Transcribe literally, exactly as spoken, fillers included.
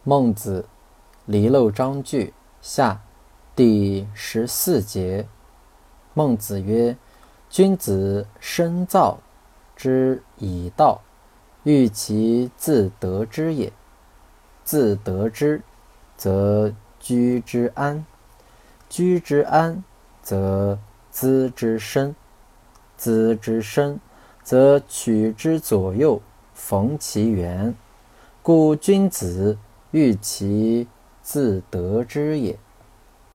孟子，离娄章句下第十四节。孟子曰：君子深造之以道，欲其自得之也。自得之，则居之安；居之安，则资之深；资之深，则取之左右，逢其源。故君子欲其自得之也。